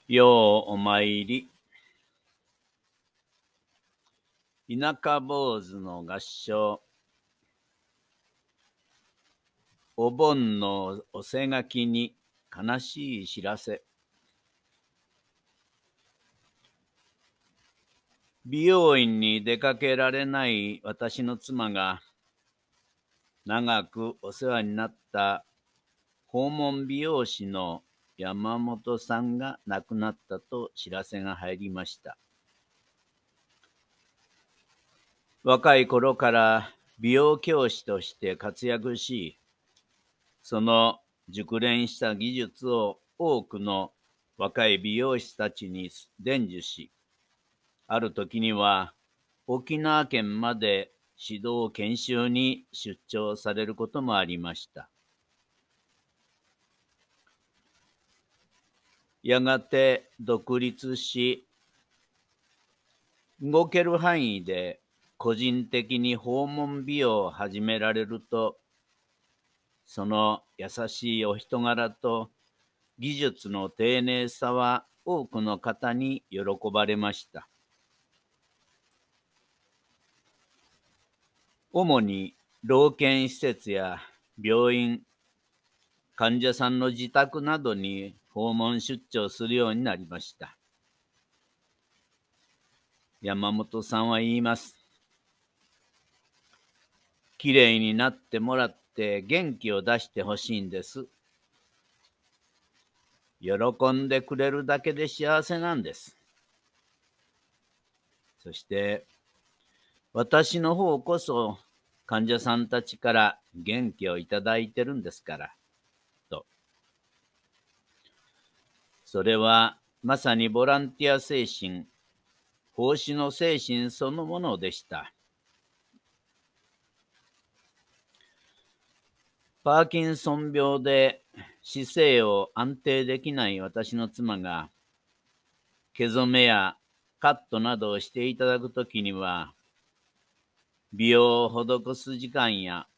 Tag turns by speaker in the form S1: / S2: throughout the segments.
S1: ようお参り。田舎坊主の合唱。お盆のおせがきに悲しい知らせ。美容院に出かけられない私の妻が、長くお世話になった訪問美容師の山本さんが亡くなったと知らせが入りました。若い頃から美容教師として活躍し、その熟練した技術を多くの若い美容師たちに伝授し、ある時には沖縄県まで指導研修に出張されることもありました。やがて独立し、動ける範囲で個人的に訪問美容を始められると、その優しいお人柄と技術の丁寧さは多くの方に喜ばれました。主に老健施設や病院、患者さんの自宅などに訪問出張するようになりました。山本さんは言います。きれいになってもらって元気を出してほしいんです。喜んでくれるだけで幸せなんです。そして私の方こそ患者さんたちから元気をいただいてるんですから、と。それはまさにボランティア精神、奉仕の精神そのものでした。パーキンソン病で姿勢を安定できない私の妻が、毛染めやカットなどをしていただくときには、美容を施す時間や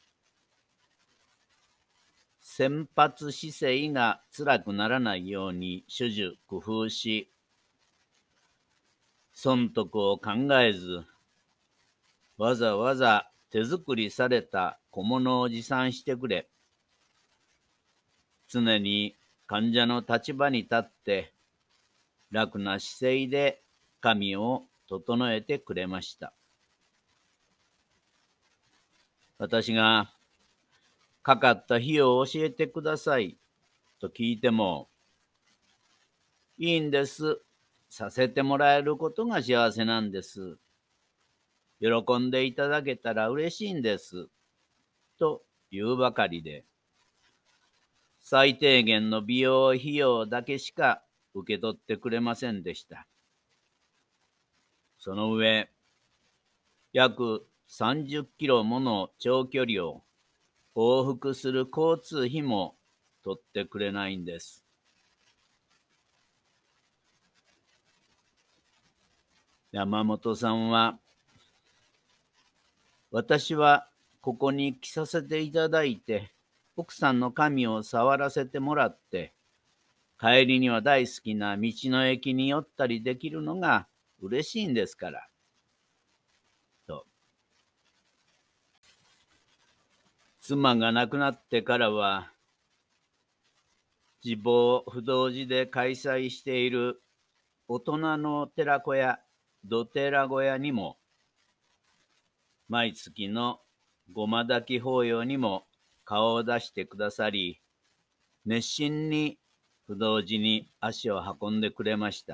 S1: 先発姿勢が辛くならないように種々工夫し、損得を考えず、わざわざ手作りされた小物を持参してくれ、常に患者の立場に立って楽な姿勢で髪を整えてくれました。私がかかった費用を教えてくださいと聞いても、いいんです。させてもらえることが幸せなんです。喜んでいただけたら嬉しいんです。と言うばかりで、最低限の美容費用だけしか受け取ってくれませんでした。その上、約30キロもの長距離を往復する交通費も取ってくれないんです。山本さんは、私はここに来させていただいて、奥さんの髪を触らせてもらって、帰りには大好きな道の駅に寄ったりできるのが嬉しいんですから、と。妻が亡くなってからは、地方不動寺で開催している大人の寺子屋、ど寺小屋にも、毎月のごま炊き法要にも顔を出してくださり、熱心に不動寺に足を運んでくれました。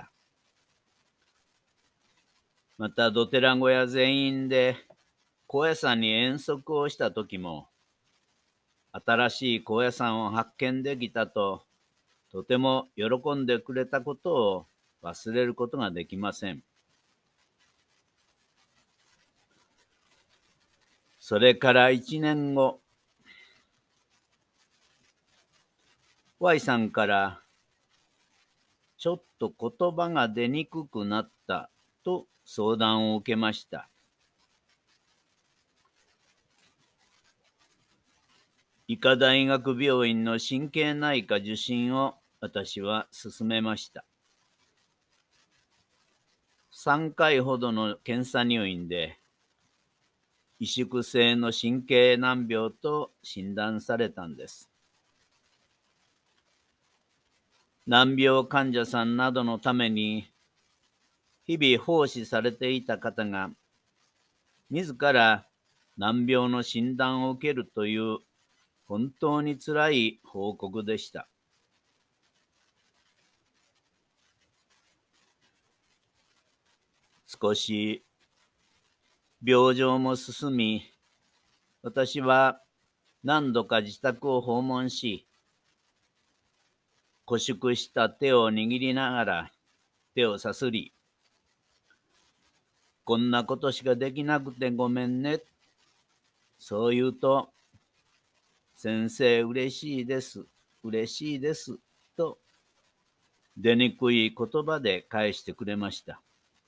S1: また、ど寺小屋全員で高野山に遠足をした時も、新しい高野山を発見できたと、とても喜んでくれたことを忘れることができません。それから1年後、Y さんからちょっと言葉が出にくくなったと相談を受けました。医科大学病院の神経内科受診を私は勧めました。 3回ほどの検査入院で、萎縮性の神経難病と診断されたんです。難病患者さんなどのために、日々奉仕されていた方が、自ら難病の診断を受けるという本当につらい報告でした。少し病状も進み、私は何度か自宅を訪問し、萎縮した手を握りながら手をさすり、こんなことしかできなくてごめんね。そう言うと、先生嬉しいです、嬉しいです、と出にくい言葉で返してくれました。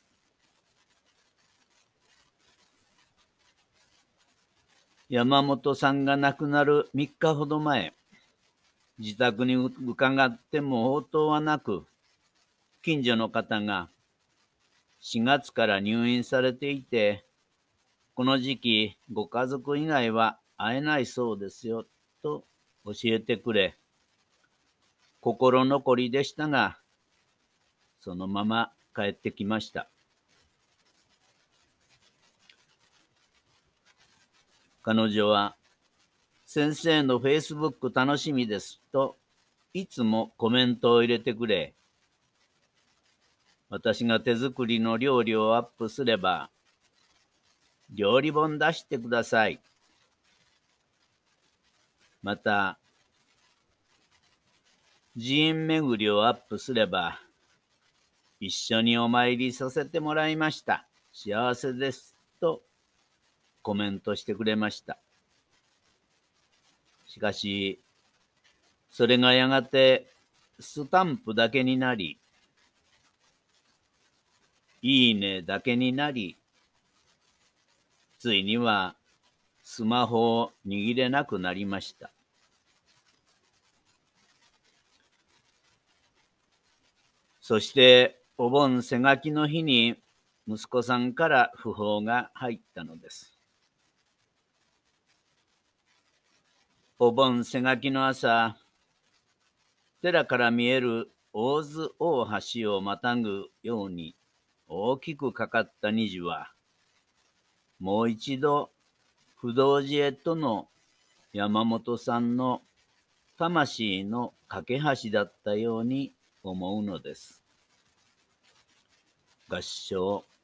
S1: 山本さんが亡くなる3日ほど前、自宅に伺っても応答はなく、近所の方が4月から入院されていて、この時期ご家族以外は会えないそうですよ、と教えてくれ、心残りでしたが、そのまま帰ってきました。彼女は、先生のフェイスブック楽しみですと、いつもコメントを入れてくれ、私が手作りの料理をアップすれば、料理本出してください。また、寺院巡りをアップすれば、一緒にお参りさせてもらいました。幸せです。とコメントしてくれました。しかし、それがやがてスタンプだけになり、いいねだけになり、ついにはスマホを握れなくなりました。そしてお盆背書きの日に息子さんから訃報が入ったのです。お盆背書きの朝、寺から見える大津大橋をまたぐように大きくかかった虹は、もう一度不動寺へとの山本さんの魂の架け橋だったように思うのです。合唱。